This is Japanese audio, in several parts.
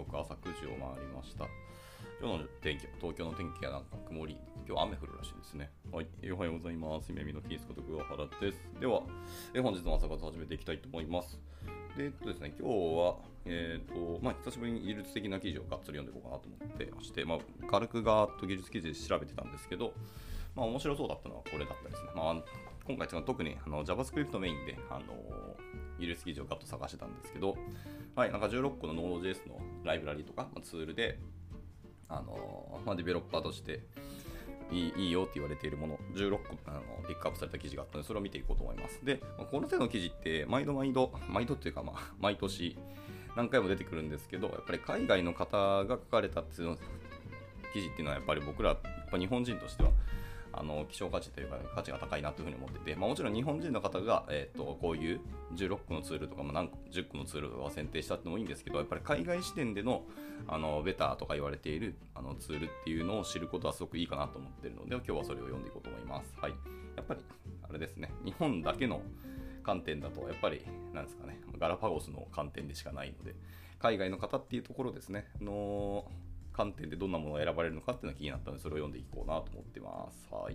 朝9時を回りました。今日の天気、東京の天気はなんか曇り、今日は雨降るらしいですね。はい、おはようございます。夢見のキースこと桑原です。では、本日の朝活始めていきたいと思います。でですね、今日は、久しぶりに技術的な記事をがっつり読んでいこうかなと思ってまして、軽くガーッと技術記事で調べてたんですけど、面白そうだったのはこれだったですね。今回特にJavaScript メインで技術記事をガッと探してたんですけど、なんか16個の Node.js のライブラリとか、ツールで、デベロッパーとしていいよって言われているもの16個ピックアップされた記事があったので、それを見ていこうと思います。で、この手の記事って毎度っていうか、毎年何回も出てくるんですけど、やっぱり海外の方が書かれたっていうの記事っていうのはやっぱり僕ら日本人としては希少価値というか価値が高いなというふうに思ってて、もちろん日本人の方が、こういう16個のツールとか、10個のツールとかを選定したってのもいいんですけど、やっぱり海外視点での、ベターとか言われているツールっていうのを知ることはすごくいいかなと思っているので、今日はそれを読んでいこうと思います。はい。やっぱりあれですね、日本だけの観点だとやっぱりなんですかね、ガラパゴスの観点でしかないので、海外の方っていうところですねの観点でどんなものが選ばれるのかっていうのが気になったので、それを読んでいこうなと思ってます。はい。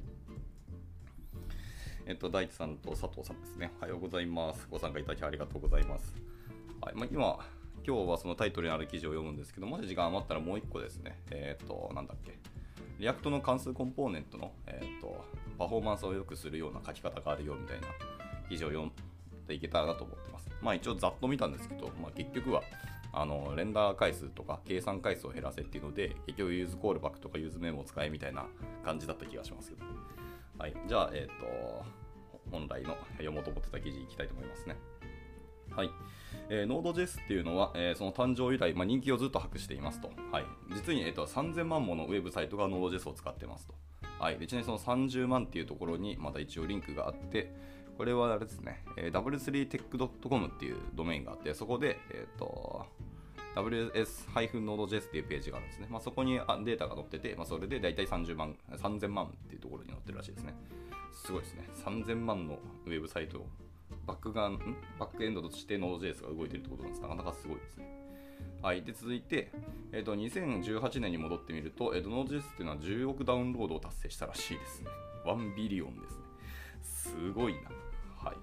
大地さんと佐藤さんですね。おはようございます。ご参加いただきありがとうございます。はい。今日はそのタイトルにある記事を読むんですけど、もし時間余ったらもう一個ですね。なんだっけ。リアクトの関数コンポーネントの、パフォーマンスを良くするような書き方があるよみたいな記事を読んでいけたらなと思ってます。一応ざっと見たんですけど、結局はレンダー回数とか計算回数を減らせっていうので、結局ユーズコールバックとかユーズメモを使えみたいな感じだった気がしますけど、はい、じゃあ、本来の読もうと思ってた記事いきたいと思いますね。はい。Node.js っていうのは、その誕生以来、人気をずっと博していますと。はい。実に、3000万ものウェブサイトが Node.js を使ってますと。はい。でちなみにその30万っていうところにまた一応リンクがあって、これはあれですね、w3tech.com っていうドメインがあって、そこで、ws-node.js っていうページがあるんですね。そこにデータが載ってて、それでだいたい3000万っていうところに載ってるらしいですね。すごいですね。3000万のウェブサイトをバックエンドとして Node.js が動いてるってことなんです。なかなかすごいですね。はい。で、続いて、2018年に戻ってみると、Node.js っていうのは10億ダウンロードを達成したらしいですね。1ビリオンですね。すごいな。はい。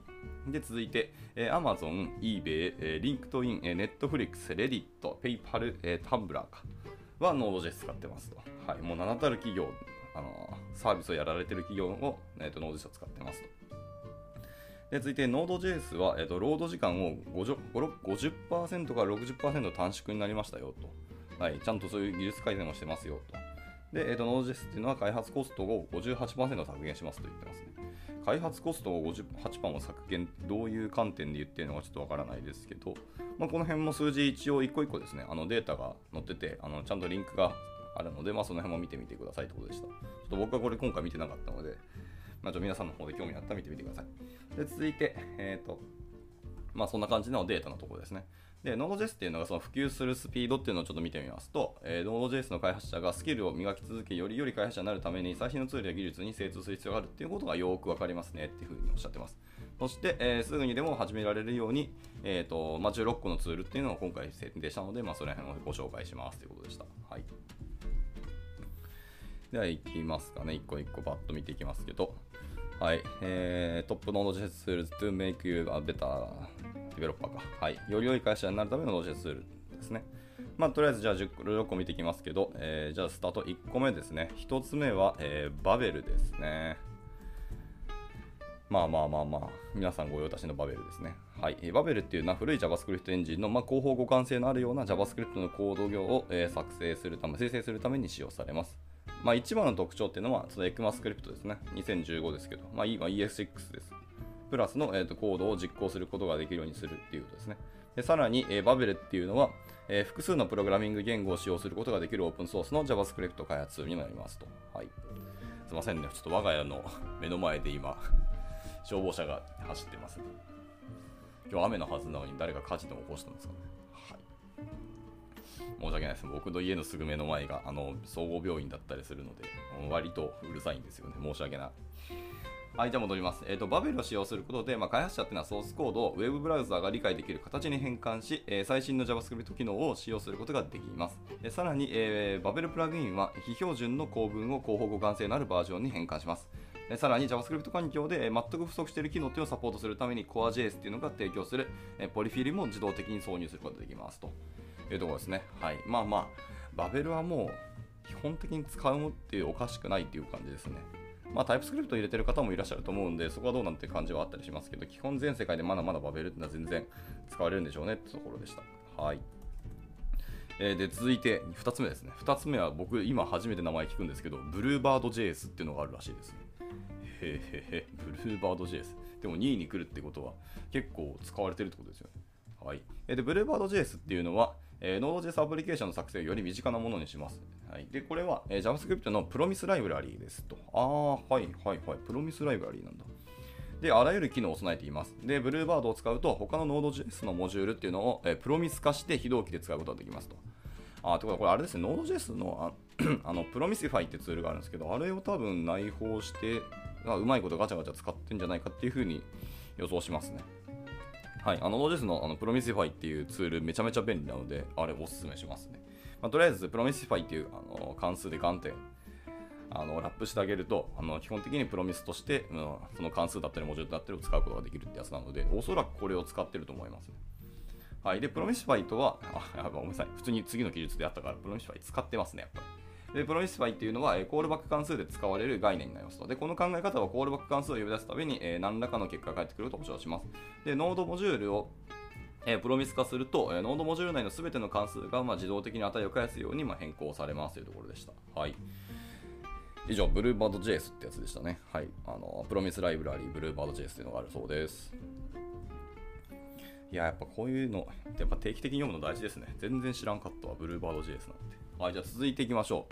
で、続いて、Amazon、eBay、LinkedIn、Netflix、Reddit、PayPal、Tumblr は Node.js 使ってますと。はい。もう名だたる企業、サービスをやられている企業を、Node.js を使ってますと。で、続いて Node.js は、ロード時間を 50% から 60% 短縮になりましたよと。はい。ちゃんとそういう技術改善をしてますよと。で、Node.js っていうのは開発コストを 58% 削減しますと言ってますね。開発コストを 58% も削減、どういう観点で言ってるのかちょっとわからないですけど、この辺も数字一応一個一個ですね、データが載ってて、ちゃんとリンクがあるので、その辺も見てみてくださいということでした。ちょっと僕はこれ今回見てなかったので、皆さんの方で興味あったら見てみてください。で、続いて、そんな感じのデータのところですね。で、Node.js っていうのがその普及するスピードっていうのをちょっと見てみますと、Node.js の開発者がスキルを磨き続け、より良い開発者になるために最新のツールや技術に精通する必要があるっていうことがよくわかりますねっていうふうにおっしゃってます。そして、すぐにでも始められるように、16個のツールっていうのを今回選定したので、その辺をご紹介しますということでした。はい。では、いきますかね。一個一個バッと見ていきますけど、はい。トップ Node.js Tools to make you a better developer か。はい。より良い会社になるための Node.js ツールですね。とりあえずじゃあ16個見ていきますけど、じゃあスタート1個目ですね。1つ目は、バベルですね。皆さんご用達のバベルですね。はい。バベルっていうのは古い JavaScript エンジンの、広報互換性のあるような JavaScript のコード行を、生成するために使用されます。一番の特徴っていうのは、その ECMAScript ですね。2015ですけど、今 ES6 です。プラスの、コードを実行することができるようにするっていうことですね。でさらに、バベルっていうのは、複数のプログラミング言語を使用することができるオープンソースの JavaScript 開発ツールになりますと。はい。すいませんね。ちょっと我が家の目の前で今、消防車が走ってますね。今日雨のはずなのに誰か火事でも起こしたんですかね。はい。申し訳ないです。僕の家のすぐ目の前が総合病院だったりするので、割とうるさいんですよね。申し訳ない。 はい、じゃあ戻ります。バベルを使用することで、開発者っていうのはソースコードをウェブブラウザーが理解できる形に変換し、最新の JavaScript 機能を使用することができます。さらに、バベルプラグインは非標準の構文を広報互換性のあるバージョンに変換します。さらに JavaScript 環境で全く不足している機能というのをサポートするために CoreJS っていうのが提供するポリフィルも自動的に挿入することができますというところですね。はい。バベルはもう基本的に使うっていうおかしくないっていう感じですね。タイプスクリプト入れてる方もいらっしゃると思うんで、そこはどうなんて感じはあったりしますけど、基本全世界でまだまだバベルってのは全然使われるんでしょうねってところでした。はい。で、続いて2つ目ですね。2つ目は僕今初めて名前聞くんですけど、ブルーバード JS っていうのがあるらしいですね。ブルーバード JS。でも2位に来るってことは結構使われてるってことですよね。はい。で、ブルーバード JS っていうのは、Node.js アプリケーションの作成をより身近なものにします。はい、でこれは、JavaScript のプロミスライブラリーですと。プロミスライブラリーなんだ。で、あらゆる機能を備えています。で、ブルーバードを使うと、他の Node.js のモジュールっていうのを、プロミス化して非同期で使うことができますと。ってことは、これあれですね、Node.js のプロミシファイってツールがあるんですけど、あれを多分内包して、うまいことガチャガチャ使ってんじゃないかっていうふうに予想しますね。はい、Node.js のプロミシファイっていうツールめちゃめちゃ便利なので、あれおすすめしますね。とりあえず、プロミシファイっていう関数でガンってラップしてあげると、基本的にプロミスとして、その関数だったりモジュールだったりを使うことができるってやつなので、おそらくこれを使ってると思いますね。はい、で、プロミシファイとは、ごめんなさい、普通に次の記述であったから、プロミシファイ使ってますね、やっぱり。で、プロミシファイっていうのは、コールバック関数で使われる概念になりますと。で、この考え方はコールバック関数を呼び出すたびに、何らかの結果が返ってくると保証します。で、ノードモジュールをプロミス化すると、ノードモジュール内のすべての関数が自動的に値を返すように変更されますというところでした。はい。以上、ブルーバード JS ってやつでしたね。はい。プロミスライブラリー、ブルーバード JS っていうのがあるそうです。いや、やっぱこういうの、やっぱ定期的に読むの大事ですね。全然知らんかったわ、ブルーバード JS なんて。はい、じゃあ続いていきましょう。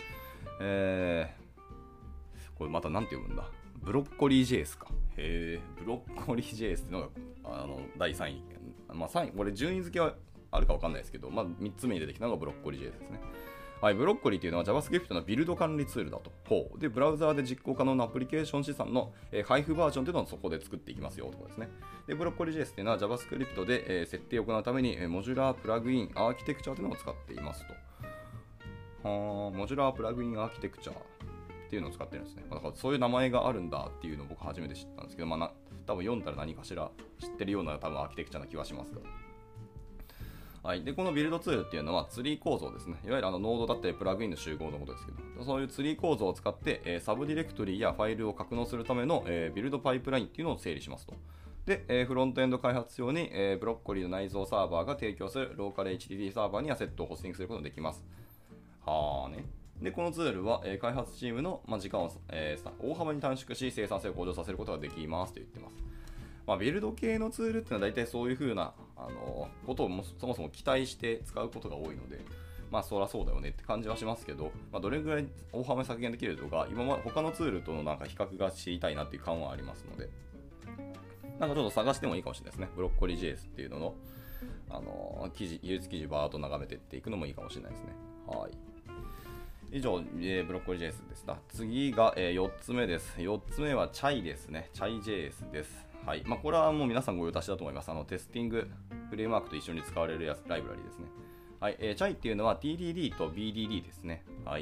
これまた何て読むんだ。ブロッコリー JS か。ブロッコリー JS っていうのが第3位。3位、これ順位付けはあるか分かんないですけど、3つ目に出てきたのがブロッコリー JS ですね。はい、ブロッコリーというのは JavaScript のビルド管理ツールだと。で、ブラウザーで実行可能なアプリケーション資産の配布バージョンというのをそこで作っていきますよということですね。で、ブロッコリー JS というのは JavaScript で設定を行うためにモジュラープラグインアーキテクチャというのを使っていますと。モジュラープラグインアーキテクチャっていうのを使ってるんですね。だからそういう名前があるんだっていうのを僕初めて知ったんですけど、多分読んだら何かしら知ってるような多分アーキテクチャな気はしますが。はい、でこのビルドツールっていうのはツリー構造ですね。いわゆるノードだったりプラグインの集合のことですけど、そういうツリー構造を使って、サブディレクトリやファイルを格納するための、ビルドパイプラインっていうのを整理しますと。で、フロントエンド開発用に、ブロッコリーの内蔵サーバーが提供するローカル HTTP サーバーにアセットをホスティングすることができます。で、このツールは、開発チームの、時間を、大幅に短縮し生産性を向上させることができますと言ってます。ビルド系のツールっていうのは大体そういう風なことをそもそも期待して使うことが多いので、そりゃそうだよねって感じはしますけど、どれぐらい大幅に削減できるとか、他のツールとの比較が知りたいなっていう感はありますので、ちょっと探してもいいかもしれないですね。ブロッコリー JS っていうのの、技術記事バーッと眺めていっていくのもいいかもしれないですね。はい。以上、ブロッコリー JS でした。次が、4つ目です。4つ目は Chai ですね。Chai JS です。はい。これはもう皆さんご用達だと思います。テスティングフレームワークと一緒に使われるライブラリですね。はい。Chai っていうのは TDD と BDD ですね。はい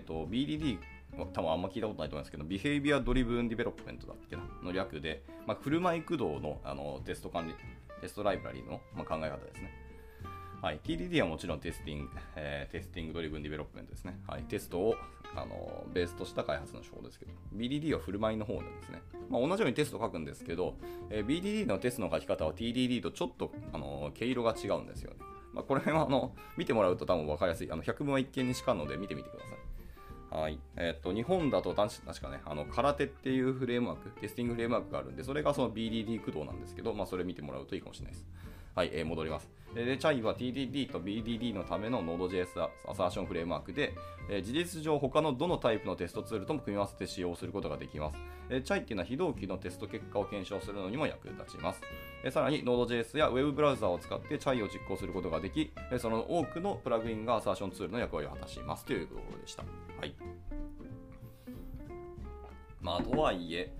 。BDD、多分あんま聞いたことないと思いますけど、Behavior Driven Development だっけなの略で、振る舞い駆動のテストライブラリの、考え方ですね。はい、TDD はもちろんテスティングドリブンディベロップメントですね。はい、テストをベースとした開発の手法ですけど、BDD は振る舞いの方なんですね。同じようにテストを書くんですけど、BDD のテストの書き方は TDD とちょっと毛色が違うんですよね。これは見てもらうと多分分かりやすい。百聞は一見にしかんので見てみてください。はい。日本だと確かね、空手っていうフレームワーク、テスティングフレームワークがあるんで、それがその BDD 駆動なんですけど、それ見てもらうといいかもしれないです。はい、戻ります。で、Chai は TDD と BDD のための Node.js アサーションフレームワークで、事実上他のどのタイプのテストツールとも組み合わせて使用することができます。Chai っていうのは非同期のテスト結果を検証するのにも役立ちます。さらに Node.js や Web ブラウザーを使って Chai を実行することができ、その多くのプラグインがアサーションツールの役割を果たしますというところでした。はい。とはいえ、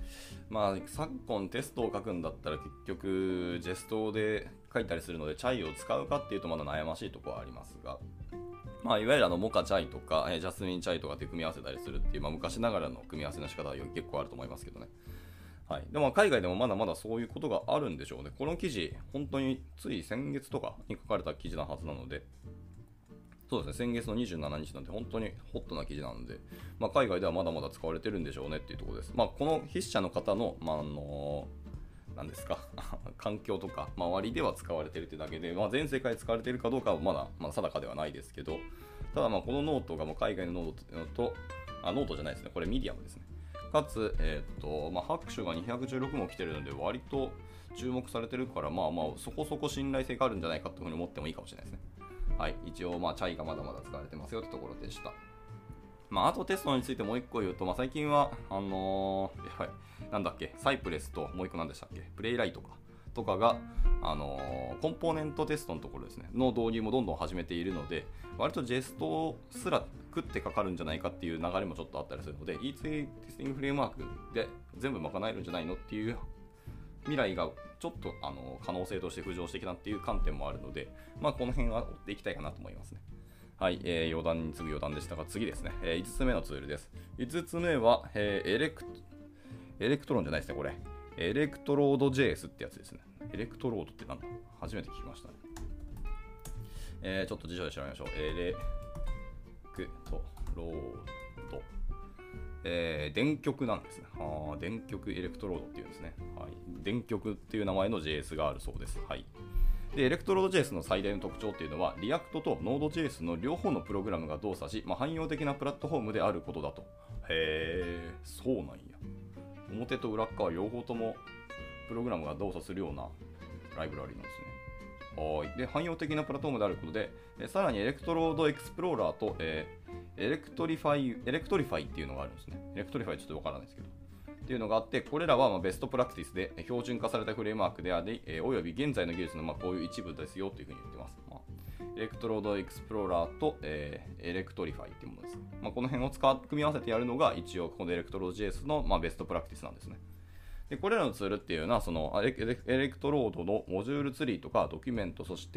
まあ昨今テストを書くんだったら結局ジェストで書いたりするのでチャイを使うかっていうとまだ悩ましいところはありますが、まあ、いわゆるモカチャイとか、ジャスミンチャイとかで組み合わせたりするっていう、まあ、昔ながらの組み合わせの仕方は結構あると思いますけどね。はい、でも海外でもまだまだそういうことがあるんでしょうね。この記事、本当につい先月とかに書かれた記事なはずなので、そうですね、先月の27日なんで本当にホットな記事なので、まあ、海外ではまだまだ使われてるんでしょうねっていうところです。まあ、この筆者の方の、まあなんですか環境とか周りでは使われているというだけで、まあ、全世界使われているかどうかはまだ定かではないですけど、ただまあこのノートがもう海外のノートとノートじゃないですね、これミディアムですね。かつ、まあ、拍手が216も来てるので割と注目されてるから、まあまあそこそこ信頼性があるんじゃないかというふうに思ってもいいかもしれないですね。はい、一応まあチャイがまだまだ使われてますよというところでした。まあ、あとテストについてもう一個言うと、まあ、最近はなんだっけ、サイプレスともう一個なんでしたっけ、プレイライトとかが、コンポーネントテストのところですね、の導入もどんどん始めているので、割とジェストすら食ってかかるんじゃないかっていう流れもちょっとあったりするので、E2A テスティングフレームワークで全部賄えるんじゃないのっていう未来がちょっと可能性として浮上してきたっていう観点もあるので、まあ、この辺は追っていきたいかなと思いますね。はい、余談に次ぐ余談でしたが、次ですね、5つ目のツールです。5つ目は、エレクトロンじゃないですね、これ。エレクトロード JS ってやつですね。エレクトロードってなんだ、初めて聞きましたね。ちょっと辞書で調べましょう。エレクトロード。電極なんですね。電極エレクトロードっていうんですね。はい、電極っていう名前の JS があるそうです。はい。で、エレクトロード JS の最大の特徴っていうのは、リアクトと Node.js の両方のプログラムが動作し、まあ、汎用的なプラットフォームであることだと。へー、そうなんや。表と裏側両方ともプログラムが動作するようなライブラリなんですね。はい。で、汎用的なプラットフォームであることで、さらにエレクトロードエクスプローラーと、エレクトリファイっていうのがあるんですね。エレクトリファイちょっとわからないですけど。っていうのがあって、これらはまベストプラクティスで標準化されたフレームワークであり、および現在の技術のこういう一部ですよというふうに言ってます。エレクトロードエクスプローラーと、エレクトリファイっていうものです。この辺を組み合わせてやるのが一応このエレクトロード JS のベストプラクティスなんですね。でこれらのツールっていうのはそのエレクトロードのモジュールツリーとかドキュメント、そして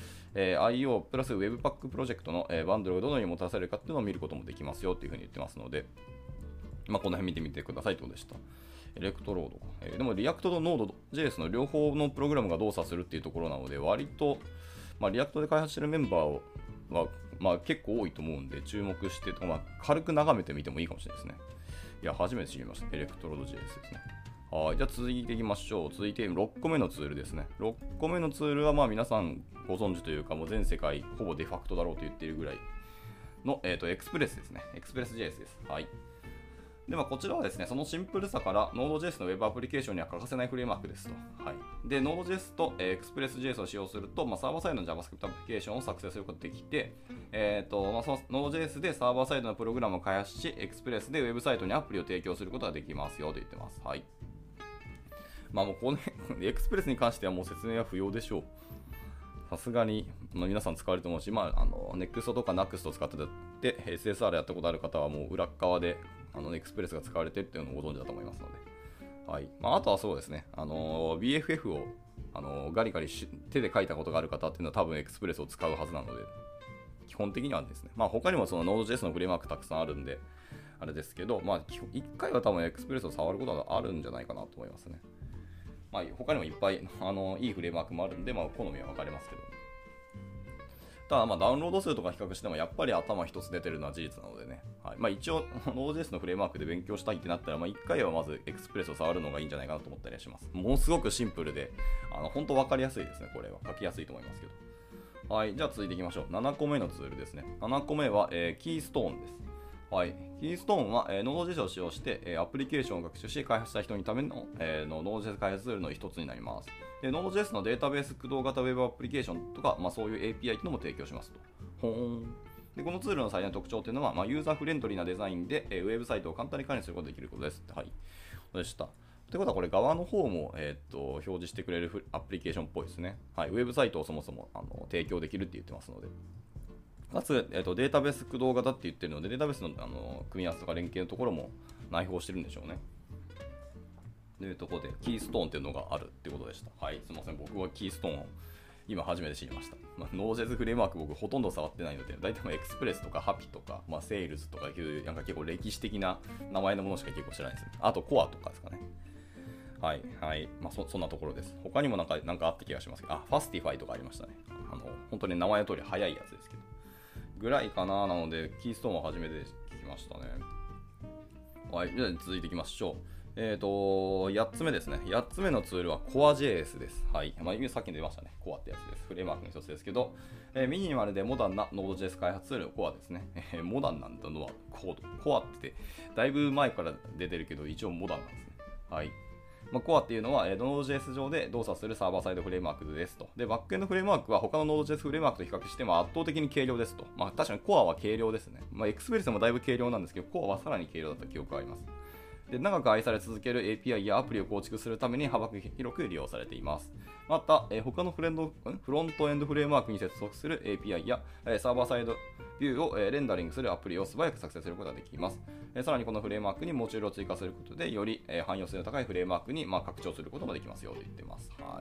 、IO プラス Webpack プロジェクトの、バンドルがどのように持たせるかっていうのを見ることもできますよというふうに言ってますので、この辺見てみてくださいということでした。エレクトロードか。でも React と Node.js の両方のプログラムが動作するっていうところなので、割と、React で開発しているメンバーは、結構多いと思うんで、注目して、軽く眺めてみてもいいかもしれないですね。いや、初めて知りました。エレクトロード JS ですね。はい。じゃあ続いていきましょう。続いて6個目のツールですね。6個目のツールは皆さんご存知というか、もう全世界ほぼデファクトだろうと言っているぐらいの、エクスプレスですね。エクスプレス JS です。はい。で、こちらはですね、そのシンプルさから Node.js の Web アプリケーションには欠かせないフレームワークですと。はい。で、Node.js と Express.js を使用すると、サーバーサイドの JavaScript アプリケーションを作成することができて、その Node.js でサーバーサイドのプログラムを開発し、Express で Web サイトにアプリを提供することができますよと言ってます。はい。もうこのExpress に関してはもう説明は不要でしょう。さすがに、皆さん使われると思うし、Next とか Next を使ってて、SSR やったことある方はもう裏側でエクスプレスが使われているっていうのをご存知だと思いますので。はい。あとはそうですね、BFF をガリガリ手で書いたことがある方っていうのは多分エクスプレスを使うはずなので、基本的にはですね、他にもその Node.js のフレームワークたくさんあるんで、あれですけど、一回は多分エクスプレスを触ることがあるんじゃないかなと思いますね。他にもいっぱいいいフレームワークもあるんで、好みは分かれますけど。ただダウンロード数とか比較してもやっぱり頭一つ出てるのは事実なのでね。はい。一応 Node.js のフレームワークで勉強したいってなったら、一回はまずエクスプレスを触るのがいいんじゃないかなと思ったりはします。ものすごくシンプルで、本当分かりやすいですね。これは書きやすいと思いますけど。はい。じゃあ続いていきましょう。7個目のツールですね。7個目は、キーストーンです。はい、キーストーンは、Node.js を使用して、アプリケーションを学習し開発した人のための、Node.js 開発ツールの一つになります。で Node.js のデータベース駆動型 Web アプリケーションとか、そういう API というのも提供しますと。でこのツールの最大の特徴というのは、ユーザーフレンドリーなデザインで、ウェブサイトを簡単に管理することができることです。はい。そうでした。ということは、これ側の方も、表示してくれるアプリケーションっぽいですね。はい。ウェブサイトをそもそも提供できるって言ってますので。かつ、データベース駆動型って言ってるので、データベースの、組み合わせとか連携のところも内包してるんでしょうね。 というところで、キーストーンっていうのがあるってことでした。はい、すみません。僕はキーストーンを今初めて知りました。Node.js フレームワーク僕ほとんど触ってないので、大体エクスプレスとかハピとか、セールズとかいうなんか結構歴史的な名前のものしか結構知らないですね。あとコアとかですかね。はい、はい。そんなところです。他にもなんかあった気がしますけど、ファスティファイとかありましたね。本当に名前の通り早いやつですけど。ぐらいかな。なので、キーストーンは初めて聞きましたね。はい、じゃあ続いていきましょう。8つ目ですね。8つ目のツールは Core.js です。はい。さっき出ましたね。Core ってやつです。フレームワークの一つですけど、ミニマルでモダンな Node.js 開発ツール Core ですね。モダンなんだのはコード。Core ってだいぶ前から出てるけど、一応モダンなんですね。はい。Core っていうのは Node.js 上で動作するサーバーサイドフレームワークですと。で、バックエンドフレームワークは他の Node.js フレームワークと比較しても圧倒的に軽量ですと。確かに Core は軽量ですね。Express もだいぶ軽量なんですけど、Core はさらに軽量だった記憶があります。で、長く愛され続ける API やアプリを構築するために幅広く利用されています。また、他のフロントエンドフレームワークに接続する API やサーバーサイドビューをレンダリングするアプリを素早く作成することができます。さらにこのフレームワークにモジュールを追加することで、より汎用性の高いフレームワークに拡張することができますよと言っています。はい。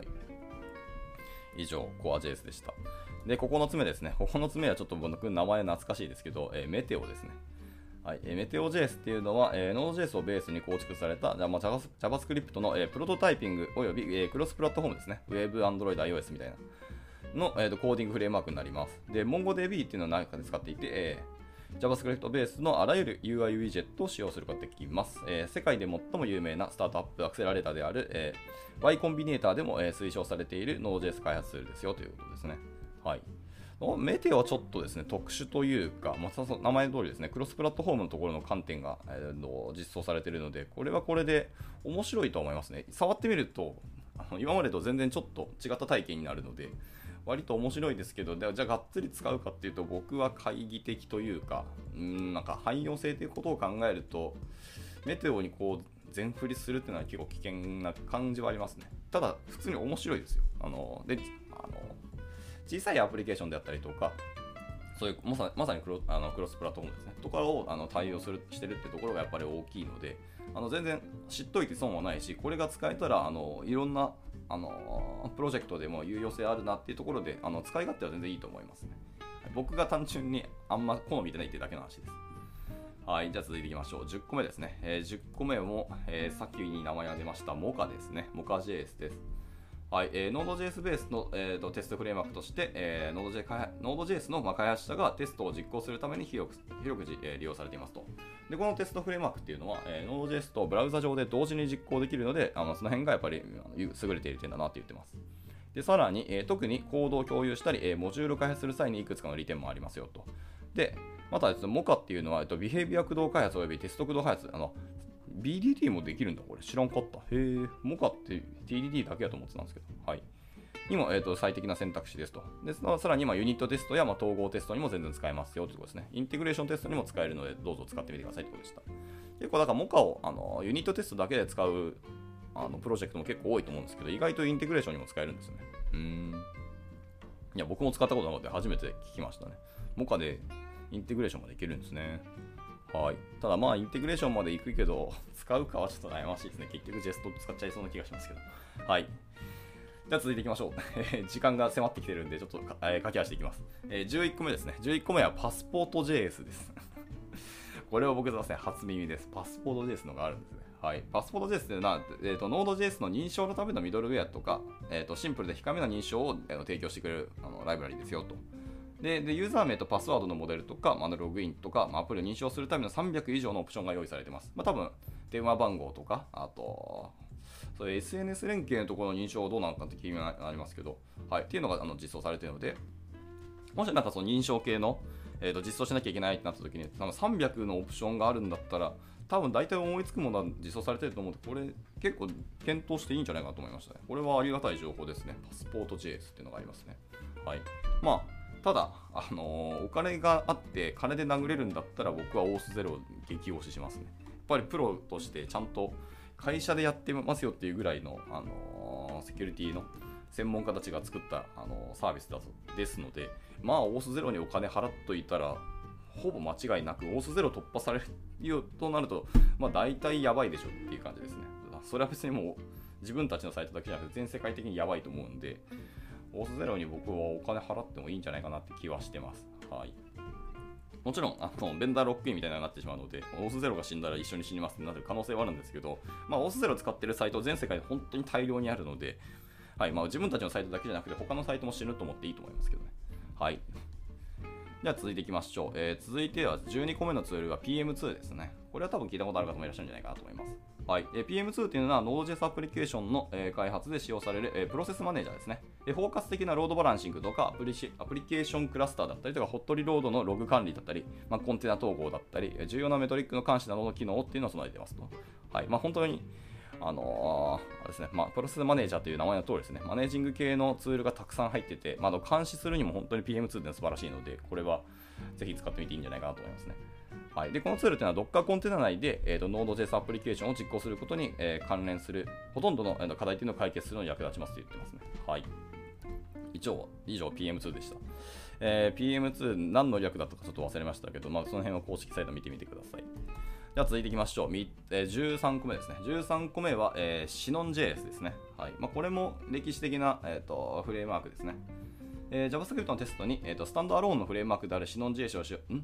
以上、Core.js でした。で、9つ目ですね。9つ目はちょっと僕の名前懐かしいですけど、メテオですね。はい、Meteo.js っていうのは、Node.js をベースに構築された JavaScript の、プロトタイピングおよび、クロスプラットフォームですね。Web、Android、iOS みたいなの、コーディングフレームワークになります。で、MongoDB っていうのを中で使っていて、JavaScript ベースのあらゆる UI ウィジェットを使用することができます。世界で最も有名なスタートアップアクセラレーターである、Y コンビネーターでも、推奨されている Node.js 開発ツールですよということですね。はい。メテオはちょっとですね、特殊というか、名前通りですね、クロスプラットフォームのところの観点が、実装されているので、これはこれで面白いと思いますね。触ってみると、今までと全然ちょっと違った体験になるので、割と面白いですけど、じゃあがっつり使うかっていうと、僕は懐疑的というか、なんか汎用性ということを考えると、メテオにこう全振りするっていうのは結構危険な感じはありますね。ただ、普通に面白いですよ。小さいアプリケーションであったりとか、そういうまさにクロスプラットフォームですねとかを対応してるってところがやっぱり大きいので、全然知っといて損はないし、これが使えたらいろんなプロジェクトでも有用性あるなっていうところで使い勝手は全然いいと思いますね。僕が単純にあんま好みでないっていうだけの話です。はい、じゃあ続いていきましょう。10個目ですね。10個目も、さっきに名前が出ましたモカですね。モカ JS です。はい、Node.js ベースの、テストフレームワークとして、Node.js の開発者がテストを実行するために広く利用されていますと。で、このテストフレームワークっていうのは、Node.js とブラウザ上で同時に実行できるので、その辺がやっぱり優れている点だなって言ってます。で、さらに、特にコードを共有したり、モジュールを開発する際にいくつかの利点もありますよと。で、またですね、Mochaっていうのは、ビヘイビア駆動開発およびテスト駆動開発、BDD もできるんだ、これ。知らんかった。へえ、モカって TDD だけだと思ってたんですけど。はい。にも、最適な選択肢ですと。で、さらに、ユニットテストや、統合テストにも全然使えますよということですね。インテグレーションテストにも使えるので、どうぞ使ってみてくださいということでした。結構、だからモカをユニットテストだけで使うプロジェクトも結構多いと思うんですけど、意外とインテグレーションにも使えるんですね。いや、僕も使ったことなので初めて聞きましたね。モカでインテグレーションまでいけるんですね。はい、ただインテグレーションまで行くけど使うかはちょっと悩ましいですね。結局ジェスト使っちゃいそうな気がしますけど。はい。じゃあ続いていきましょう。時間が迫ってきてるんでちょっと駆け足していきます。11個目ですね。11個目はパスポート JS です。これは僕ですね、初耳です。パスポート JS のがあるんですね。はい。パスポート JS というのは、Node.js の認証のためのミドルウェアとか、シンプルで控えめな認証を提供してくれるライブラリですよと。で、ユーザー名とパスワードのモデルとか、ログインとか、アプリを認証するための300以上のオプションが用意されています。多分、電話番号とか、あと、そういう SNS 連携のところの認証どうなのかって気になりますけど、はい、っていうのが実装されているので、もしなんかその認証系の、実装しなきゃいけないってなった時に、300のオプションがあるんだったら、多分大体思いつくものは実装されていると思うので、これ結構検討していいんじゃないかなと思いましたね。これはありがたい情報ですね。パスポート JS っていうのがありますね。はい。ただ、お金があって金で殴れるんだったら僕はオースゼロを激推ししますね。やっぱりプロとしてちゃんと会社でやってますよっていうぐらいの、セキュリティの専門家たちが作ったサービスですので、オースゼロにお金払っといたらほぼ間違いなくオースゼロ突破されるよとなると、大体やばいでしょっていう感じですね。 それは別にもう自分たちのサイトだけじゃなくて全世界的にやばいと思うんで、オースゼロに僕はお金払ってもいいんじゃないかなって気はしてます。はい。もちろんベンダーロックインみたいなのになってしまうので、オースゼロが死んだら一緒に死にますってなる可能性はあるんですけど、オースゼロを使ってるサイト全世界で本当に大量にあるので、はい、自分たちのサイトだけじゃなくて他のサイトも死ぬと思っていいと思いますけどね。はい。では続いていきましょう。続いては12個目のツールは PM2 ですね。これは多分聞いたことある方もいらっしゃるんじゃないかなと思います。はい。PM2 というのは Node.js アプリケーションの開発で使用されるプロセスマネージャーですね。包括的なロードバランシングとかアプリケーションクラスターだったりとかホットリロードのログ管理だったり、コンテナ統合だったり、重要なメトリックの監視などの機能っていうのを備えていますと。はい。本当にあれですね、プロセスマネージャーという名前の通りですね、マネージング系のツールがたくさん入ってて、監視するにも本当に PM2 っていうのは素晴らしいので、これはぜひ使ってみていいんじゃないかなと思いますね。はい、でこのツールというのは Docker コンテナ内で、Node.js アプリケーションを実行することに、関連するほとんどの課題というのを解決するのに役立ちますと言ってますね。はい。以上 PM2 でした。PM2 何の略だったかちょっと忘れましたけど、その辺は公式サイト見てみてください。では続いていきましょう。13個目ですね。13個目は、シノン JS ですね。はい。これも歴史的な、フレームワークですね。JavaScript のテストに、スタンドアローンのフレームワークであるシノン JS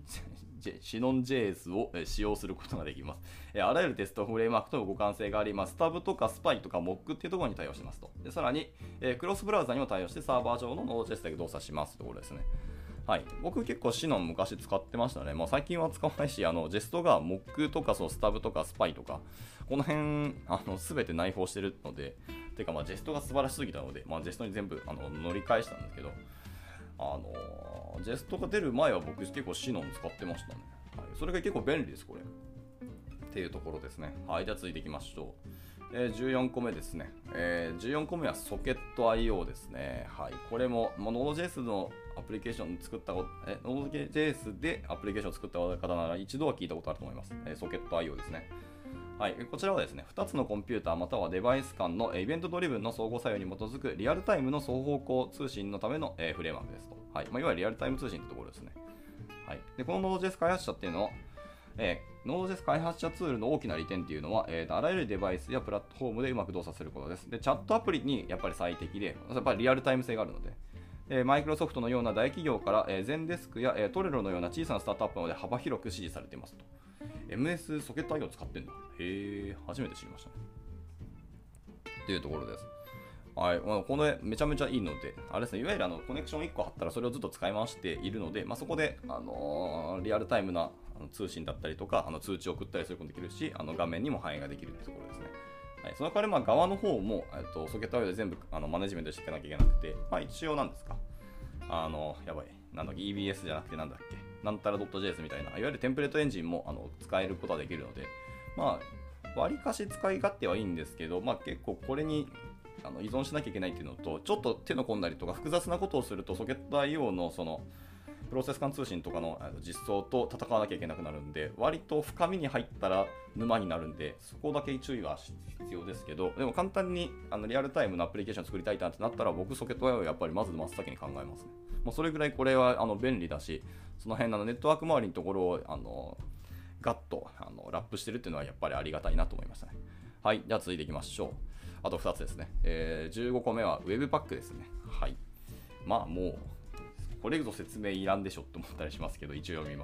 を使用することができます。あらゆるテストフレームワークと互換性があり、スタブとかスパイとか Mock っていうところに対応してますと。でさらに、クロスブラウザにも対応してサーバー上の Node.js で動作しますというところですね。はい、僕結構シノン昔使ってましたね。最近は使わないし、ジェストが Mock とかスタブとかスパイとか、この辺全て内包してるので、てかジェストが素晴らしすぎたので、ジェストに全部乗り換えしたんですけど、ジェストが出る前は僕結構シノン使ってましたね。はい、それが結構便利です、これ。っていうところですね。はい、じゃあ続いていきましょう。14個目ですね。14個目はソケット IO ですね。はい、これも Node.js のアプリケーション作ったNode.js でアプリケーションを作った方なら一度は聞いたことあると思います。ソケット IO ですね。はい、こちらはですね、2つのコンピューターまたはデバイス間のイベントドリブンの相互作用に基づくリアルタイムの双方向通信のためのフレームワークですと。はい、いわゆるリアルタイム通信というところですね。はい、でこの Node.js 開発者っていうのは、Node.js 開発者ツールの大きな利点っていうのは、あらゆるデバイスやプラットフォームでうまく動作することです。で、チャットアプリにやっぱり最適で、やっぱりリアルタイム性があるので、マイクロソフトのような大企業から、ゼンデスクや、トレロのような小さなスタートアップまで幅広く支持されていますと。MS ソケット IO 使ってんだ。へー、初めて知りましたね。っていうところです。はい、このめちゃめちゃいいので、あれですね、いわゆるコネクション1個貼ったらそれをずっと使い回しているので、そこで、リアルタイムな通信だったりとか、通知を送ったりすることができるし、画面にも反映ができるというところですね。はい、その代わり側の方も、ソケット IO で全部マネジメントしていかなきゃいけなくて、一応なんですか、やばい、なんだっけ、EBS じゃなくてなんだっけ、なんたら .js みたいな、いわゆるテンプレートエンジンも使えることができるので、割かし使い勝手はいいんですけど、結構これに依存しなきゃいけないっていうのと、ちょっと手の込んだりとか複雑なことをすると、ソケット IO のそのプロセス間通信とかの実装と戦わなきゃいけなくなるんで、割と深みに入ったら沼になるんで、そこだけ注意は必要ですけど、でも簡単にリアルタイムのアプリケーション作りたいなってなったら、僕ソケット IO をやっぱりまず真っ先に考えますね。もうそれぐらいこれは便利だし、その辺のネットワーク周りのところをガッとラップしてるっていうのはやっぱりありがたいなと思いましたね。はい、じゃあ続いていきましょう。あと2つですね。15個目は Webpack ですね。はい。もう、これぞ説明いらんでしょって思ったりしますけど、一応読みます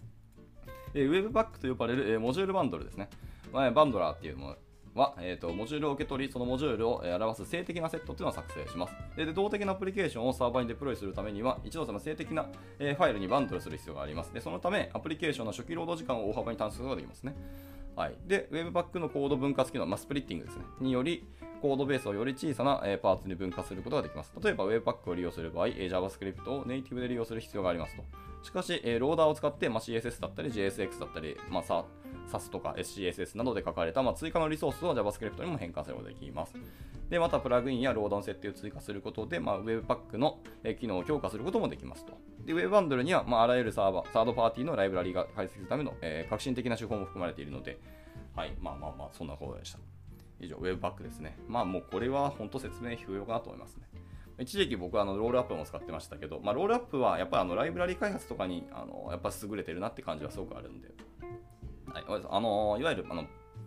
。Webpack と呼ばれるモジュールバンドルですね。バンドラーっていうものは、モジュールを受け取り、そのモジュールを表す静的なセットというのを作成します。で、動的なアプリケーションをサーバーにデプロイするためには、一度その静的なファイルにバンドルする必要があります。で、そのため、アプリケーションの初期ロード時間を大幅に短縮することができますね。はい、で、Webpack のコード分割機能、スプリッティングですね、により、コードベースをより小さなパーツに分割することができます。例えば Webpack を利用する場合、JavaScript をネイティブで利用する必要がありますと。しかし、ローダーを使って、CSS だったり JSX だったり、SAS とか SCSS などで書かれた、追加のリソースを JavaScript にも変換することができます。で、またプラグインやローダーの設定を追加することで、Webpack の機能を強化することもできますと。で、Webbundle には、あらゆるサードパーティーのライブラリが解析するための、革新的な手法も含まれているので、はい、そんなことでした。以上、Webpack ですね。もうこれは本当説明不要かなと思いますね。一時期僕はロールアップも使ってましたけど、ロールアップはやっぱりライブラリ開発とかにやっぱ優れてるなって感じはすごくあるんで、はい、いわゆる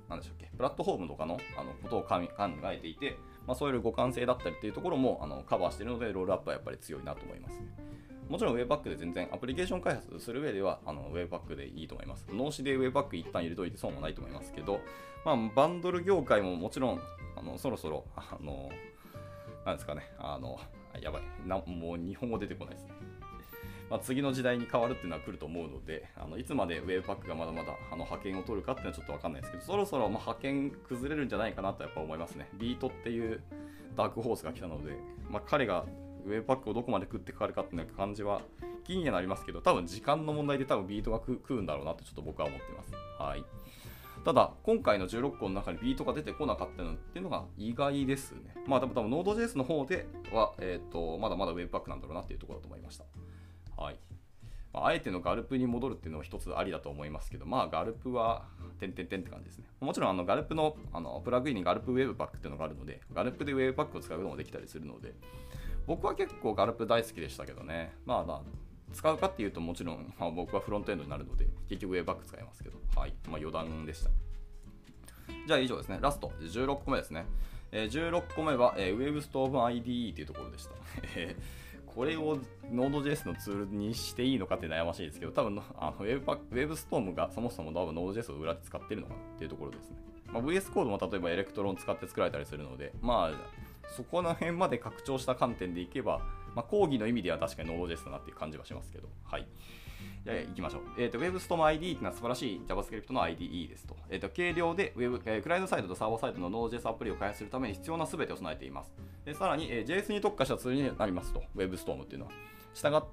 なんでしたっけ、プラットフォームとかのことを考えていて、そういう互換性だったりっていうところもカバーしているので、ロールアップはやっぱり強いなと思いますね。もちろん Webpack で全然アプリケーション開発する上ではWebpack でいいと思います。脳死で Webpack 一旦入れといて損はないと思いますけど、バンドル業界ももちろんそろそろなんですかね、やばいもう日本語出てこないですね。次の時代に変わるっていうのは来ると思うので、いつまで Webpack がまだまだ覇権を取るかっていうのはちょっと分かんないですけど、そろそろ覇権崩れるんじゃないかなとやっぱ思いますね。ビートっていうダークホースが来たので、彼がWebpack をどこまで食ってかかるかっていう感じは気にはなりますけど、多分時間の問題で多分ビートが食うんだろうなとちょっと僕は思ってます。はい。ただ今回の16個の中にビートが出てこなかったのっていうのが意外ですね。多分 Node.js の方では、まだまだ Webpack なんだろうなっていうところだと思いました。はい。あえてのガルプに戻るっていうのは一つありだと思いますけど、ガルプは点々点って感じですね。もちろんガルプのプラグインにガルプ Webpack っていうのがあるので、ガルプで Webpack を使うこともできたりするので、僕は結構ガルプ大好きでしたけどね。使うかっていうともちろん、僕はフロントエンドになるので結局 Webpack 使いますけど、はい。余談でした。じゃあ以上ですね。ラスト16個目ですね。16個目は、WebStorm IDE というところでした。これを Node.js のツールにしていいのかって悩ましいですけど、多分WebStorm がそもそも多分 Node.js を裏で使っているのかなっていうところですね。VS コードも例えばエレクトロン使って作られたりするので、そこの辺まで拡張した観点でいけば、講義の意味では確かに Node.js だなっていう感じはしますけど、はい。じゃあ行きましょう。WebStorm IDE っていうのは素晴らしい JavaScript の IDE ですと。軽量でクライアントサイドとサーバーサイドの Node.js アプリを開発するために必要な全てを備えています。さらに、JS に特化したツールになりますと、WebStorm っていうのは。したがって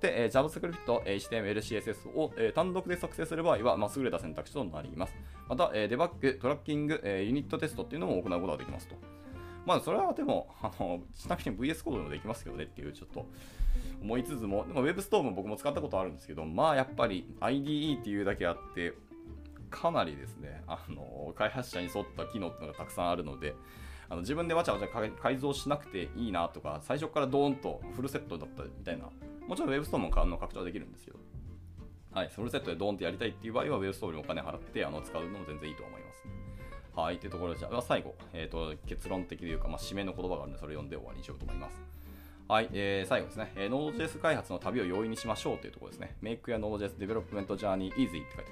、JavaScript、HTML、CSS を、単独で作成する場合は、優れた選択肢となります。また、デバッグ、トラッキング、ユニットテストっていうのも行うことができますと。それはでも、ちなみに VS コードでもできますけどねっていうちょっと思いつつも、でも WebStorm 僕も使ったことあるんですけど、やっぱり IDE っていうだけあって、かなりですね、開発者に沿った機能っていうのがたくさんあるので、自分でわちゃわちゃ改造しなくていいなとか、最初からドーンとフルセットだったみたいな、もちろん WebStorm も拡張はできるんですけど、はい、フルセットでドーンってやりたいっていう場合は WebStorm にお金払って使うのも全然いいと思いますね。はい、というところで、じゃあ最後、結論的というか、締めの言葉があるので、それを読んで終わりにしようと思います。はい、最後ですね、Node.js 開発の旅を容易にしましょうというところですね。Make your Node.js Development Journey Easy って書いてます。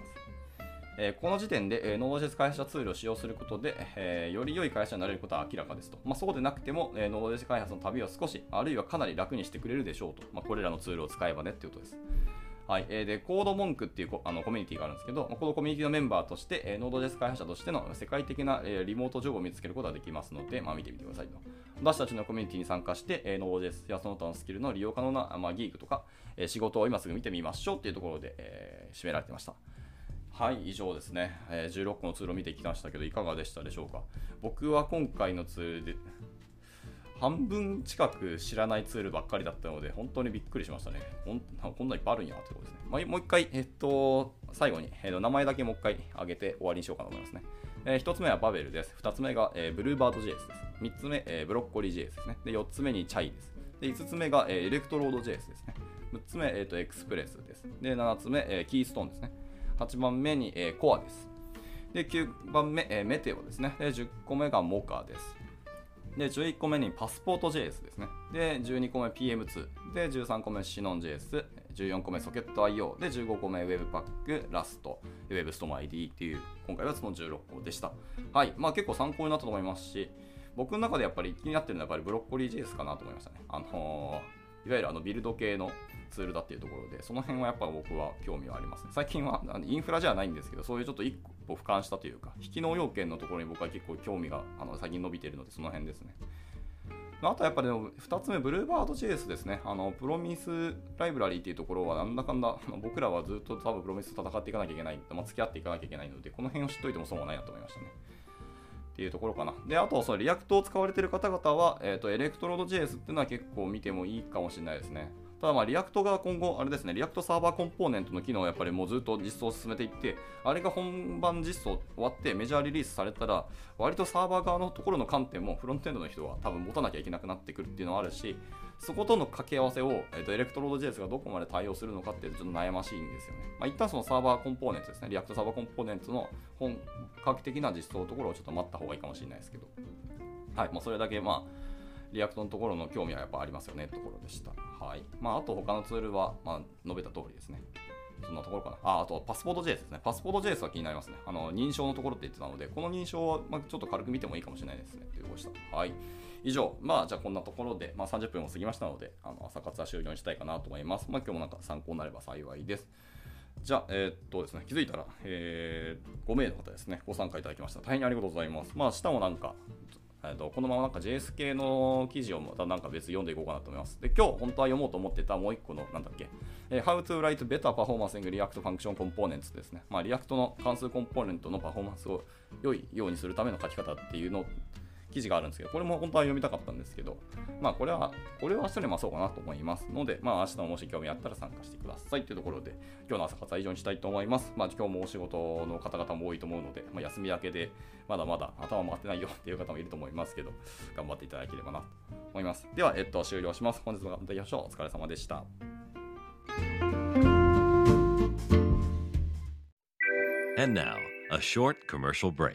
この時点で、Node.js 開発者ツールを使用することで、より良い開発者になれることは明らかですと。そうでなくても、Node.js 開発の旅を少し、あるいはかなり楽にしてくれるでしょうと。これらのツールを使えばねっていうことです。はい。で、コード文句っていうコミュニティがあるんですけど、このコミュニティのメンバーとして、Node.js 開発者としての世界的なリモートジョブを見つけることができますので、見てみてくださいと。私たちのコミュニティに参加して、Node.js やその他のスキルの利用可能な、ギークとか、仕事を今すぐ見てみましょうっていうところで、締められてました。はい、以上ですね。16個のツールを見てきましたけど、いかがでしたでしょうか。僕は今回のツールで、半分近く知らないツールばっかりだったので、本当にびっくりしましたね。こんないっぱいあるんやってことですね。もう一回、最後に、名前だけもう一回上げて終わりにしようかと思いますね。1つ目はバベルです。2つ目が、ブルーバード JS です。3つ目、ブロッコリー JS ですね。で、4つ目にチャイです。で、5つ目が、エレクトロード JS ですね。6つ目、エクスプレスです。で、7つ目、キーストーンですね。8番目に、コアです。で、9番目、メテオですね。で、10個目がモカです。で、11個目にパスポート JS ですね。で、12個目 PM2。で、13個目シノン JS。14個目ソケット IO。で、15個目 Webpack、ラスト、WebStorm ID っていう、今回はその16個でした。はい。結構参考になったと思いますし、僕の中でやっぱり気になってるのはやっぱりブロッコリー JS かなと思いましたね。いわゆるビルド系のツールだっていうところで、その辺はやっぱ僕は興味はありますね。最近はインフラじゃないんですけど、そういうちょっと一歩俯瞰したというか、引き納要件のところに僕は結構興味が最近伸びているので、その辺ですね。あとはやっぱり2つ目、ブルーバード JS ですね。プロミスライブラリーっていうところは、なんだかんだ僕らはずっと多分プロミスと戦っていかなきゃいけない、付き合っていかなきゃいけないので、この辺を知っといても損はないなと思いましたね。っていうところかな。で、あと、そのリアクトを使われている方々は、エレクトロード JS っていうのは結構見てもいいかもしれないですね。 ただリアクトが今後あれですね、リアクトサーバーコンポーネントの機能をやっぱりもうずっと実装を進めていって、あれが本番実装終わってメジャーリリースされたら、割とサーバー側のところの観点もフロントエンドの人は多分持たなきゃいけなくなってくるっていうのはあるし、そことの掛け合わせを、エレクトロード JS がどこまで対応するのかっていうとちょっと悩ましいんですよね。一旦そのサーバーコンポーネントですね、リアクトサーバーコンポーネントの本格的な実装のところをちょっと待った方がいいかもしれないですけど、はい、それだけリアクトのところの興味はやっぱありますよねってところでした。はい。あと他のツールは、述べた通りですね。そんなところかな。あとパスポート JS ですね。パスポート JS は気になりますね。認証のところって言ってたので、この認証はちょっと軽く見てもいいかもしれないですね。ということでした。はい。以上、じゃあこんなところで、30分を過ぎましたので、朝活は終了にしたいかなと思います。今日も参考になれば幸いです。じゃあ、ですね、気づいたら、5名の方ですね、ご参加いただきました。大変にありがとうございます。明日もこのままJS 系の記事をまた別読んでいこうかなと思います。で、今日本当は読もうと思ってたもう一個のHow to write better performance in React function components ですね。リアクトの関数コンポーネントのパフォーマンスを良いようにするための書き方っていうの記事があるんですけど、これも本当は読みたかったんですけど、これは明日にそうかなと思いますので、明日ももし興味あったら参加してくださいというところで、今日の朝活は以上にしたいと思います。今日もお仕事の方々も多いと思うので、休み明けでまだまだ頭回ってないよっていう方もいると思いますけど、頑張っていただければなと思います。では、終了します。本日も頑張っていきましょう。お疲れ様でした。 And now, a short commercial break.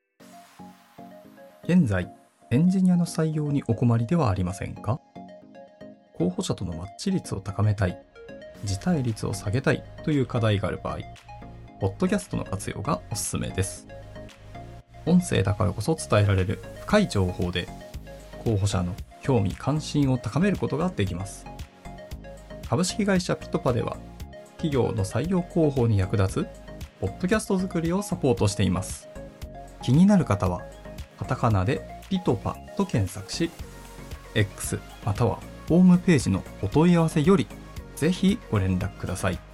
現在、エンジニアの採用にお困りではありませんか？候補者とのマッチ率を高めたい、辞退率を下げたいという課題がある場合、ポッドキャストの活用がおすすめです。音声だからこそ伝えられる深い情報で、候補者の興味関心を高めることができます。株式会社ピトパでは、企業の採用広報に役立つポッドキャスト作りをサポートしています。気になる方は、カタカナでピトパと検索し、X またはホームページのお問い合わせよりぜひご連絡ください。